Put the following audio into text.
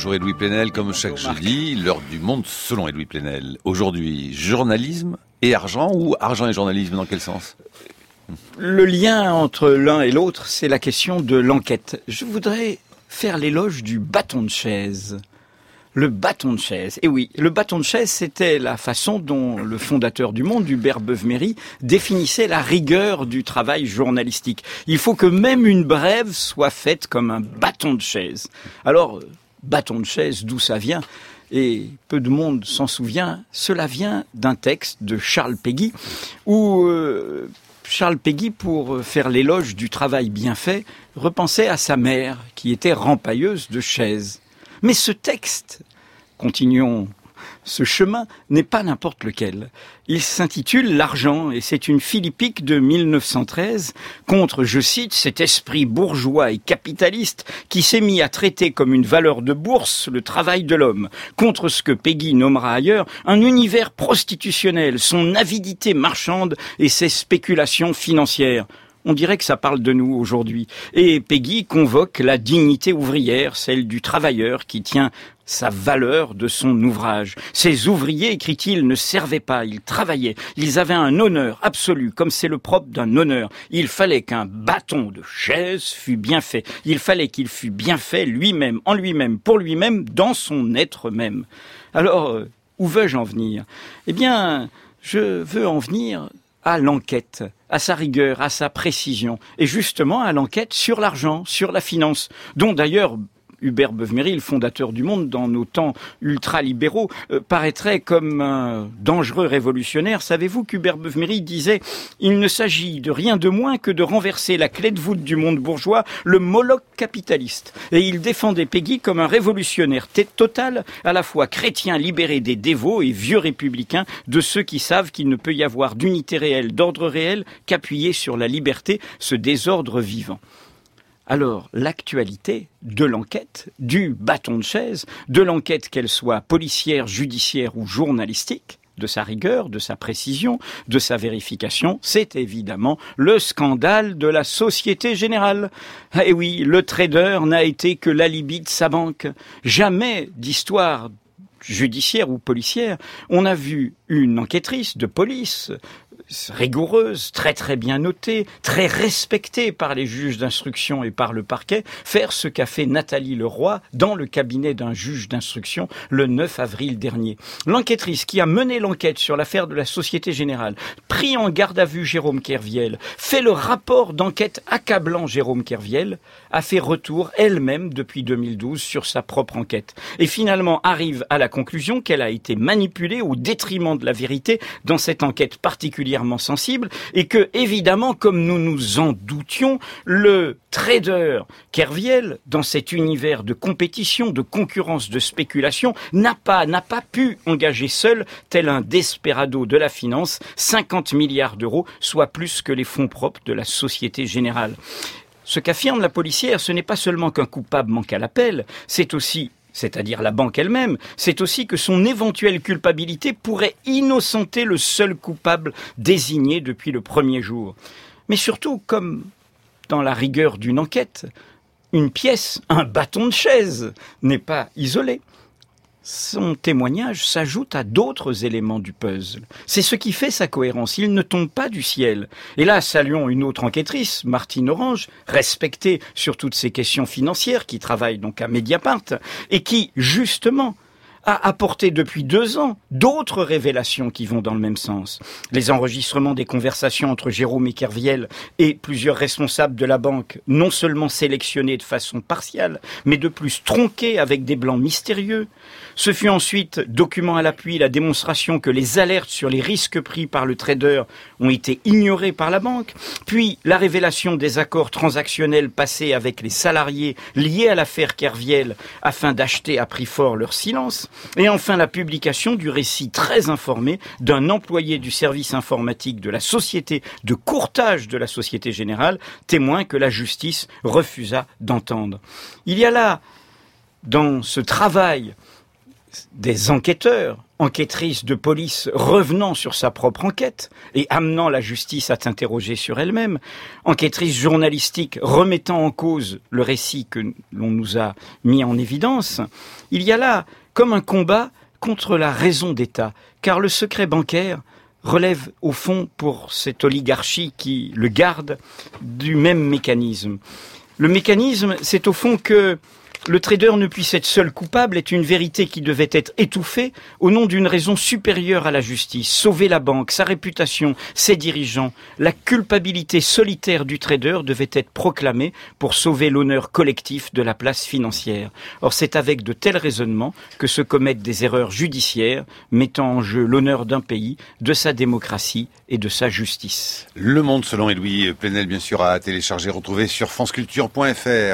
Bonjour Edoui Plenel, comme chaque jeudi, l'heure du monde selon Edoui Plenel. Aujourd'hui, journalisme et argent, ou argent et journalisme, dans quel sens ? Le lien entre l'un et l'autre, c'est la question de l'enquête. Je voudrais faire l'éloge du bâton de chaise. Le bâton de chaise. Et oui, le bâton de chaise, c'était la façon dont le fondateur du Monde, Hubert Beuve-Méry, définissait la rigueur du travail journalistique. Il faut que même une brève soit faite comme un bâton de chaise. Alors, bâton de chaise, d'où ça vient ? Et peu de monde s'en souvient. Cela vient d'un texte de Charles Péguy, où Charles Péguy, pour faire l'éloge du travail bien fait, repensait à sa mère, qui était rempailleuse de chaises. Mais ce texte, continuons ce chemin, n'est pas n'importe lequel. Il s'intitule « L'argent » et c'est une philippique de 1913 contre, je cite, cet esprit bourgeois et capitaliste qui s'est mis à traiter comme une valeur de bourse le travail de l'homme, contre ce que Péguy nommera ailleurs un univers prostitutionnel, son avidité marchande et ses spéculations financières. On dirait que ça parle de nous aujourd'hui. Et Péguy convoque la dignité ouvrière, celle du travailleur qui tient sa valeur de son ouvrage. Ces ouvriers, écrit-il, ne servaient pas, ils travaillaient. Ils avaient un honneur absolu, comme c'est le propre d'un honneur. Il fallait qu'un bâton de chaise fût bien fait. Il fallait qu'il fût bien fait lui-même, en lui-même, pour lui-même, dans son être même. Alors, où veux-je en venir ? Eh bien, je veux en venir à l'enquête, à sa rigueur, à sa précision, et justement à l'enquête sur l'argent, sur la finance, dont d'ailleurs Hubert Beuve-Méry, le fondateur du Monde, dans nos temps ultra-libéraux, paraîtrait comme un dangereux révolutionnaire. Savez-vous qu'Hubert Beuve-Méry disait « Il ne s'agit de rien de moins que de renverser la clé de voûte du monde bourgeois, le Moloch capitaliste. » Et il défendait Péguy comme un révolutionnaire total, à la fois chrétien libéré des dévots et vieux républicain, de ceux qui savent qu'il ne peut y avoir d'unité réelle, d'ordre réel, qu'appuyer sur la liberté, ce désordre vivant. Alors, l'actualité de l'enquête, du bâton de chaise, de l'enquête qu'elle soit policière, judiciaire ou journalistique, de sa rigueur, de sa précision, de sa vérification, c'est évidemment le scandale de la Société Générale. Et oui, le trader n'a été que l'alibi de sa banque. Jamais d'histoire judiciaire ou policière, on a vu une enquêtrice de police rigoureuse, très très bien notée, très respectée par les juges d'instruction et par le parquet, faire ce qu'a fait Nathalie Leroy dans le cabinet d'un juge d'instruction le 9 avril dernier. L'enquêtrice qui a mené l'enquête sur l'affaire de la Société Générale, pris en garde à vue Jérôme Kerviel, fait le rapport d'enquête accablant Jérôme Kerviel, a fait retour elle-même depuis 2012 sur sa propre enquête. Et finalement arrive à la conclusion qu'elle a été manipulée au détriment de la vérité dans cette enquête particulièrement sensible et que, évidemment, comme nous nous en doutions, le trader Kerviel, dans cet univers de compétition, de concurrence, de spéculation, n'a pas pu engager seul, tel un desperado de la finance, 50 milliards d'euros, soit plus que les fonds propres de la Société Générale. Ce qu'affirme la policière, ce n'est pas seulement qu'un coupable manque à l'appel, c'est aussi, c'est-à-dire la banque elle-même, c'est aussi que son éventuelle culpabilité pourrait innocenter le seul coupable désigné depuis le premier jour. Mais surtout, comme dans la rigueur d'une enquête, une pièce, un bâton de chaise, n'est pas isolé. Son témoignage s'ajoute à d'autres éléments du puzzle. C'est ce qui fait sa cohérence. Il ne tombe pas du ciel. Et là, saluons une autre enquêtrice, Martine Orange, respectée sur toutes ces questions financières, qui travaille donc à Mediapart, et qui, justement, a apporté depuis 2 ans d'autres révélations qui vont dans le même sens. Les enregistrements des conversations entre Jérôme Kerviel et plusieurs responsables de la banque, non seulement sélectionnés de façon partiale, mais de plus tronqués avec des blancs mystérieux. Ce fut ensuite, document à l'appui, la démonstration que les alertes sur les risques pris par le trader ont été ignorées par la banque. Puis, la révélation des accords transactionnels passés avec les salariés liés à l'affaire Kerviel afin d'acheter à prix fort leur silence. Et enfin, la publication du récit très informé d'un employé du service informatique de la société de courtage de la Société Générale, témoin que la justice refusa d'entendre. Il y a là, dans ce travail des enquêteurs, enquêtrices de police revenant sur sa propre enquête et amenant la justice à s'interroger sur elle-même, enquêtrices journalistiques remettant en cause le récit que l'on nous a mis en évidence. Il y a là comme un combat contre la raison d'État, car le secret bancaire relève au fond pour cette oligarchie qui le garde du même mécanisme. Le mécanisme, c'est au fond que le trader ne puisse être seul coupable est une vérité qui devait être étouffée au nom d'une raison supérieure à la justice. Sauver la banque, sa réputation, ses dirigeants. La culpabilité solitaire du trader devait être proclamée pour sauver l'honneur collectif de la place financière. Or, c'est avec de tels raisonnements que se commettent des erreurs judiciaires mettant en jeu l'honneur d'un pays, de sa démocratie et de sa justice. Le Monde selon Edoui Plenel, bien sûr, à télécharger, retrouver sur franceculture.fr.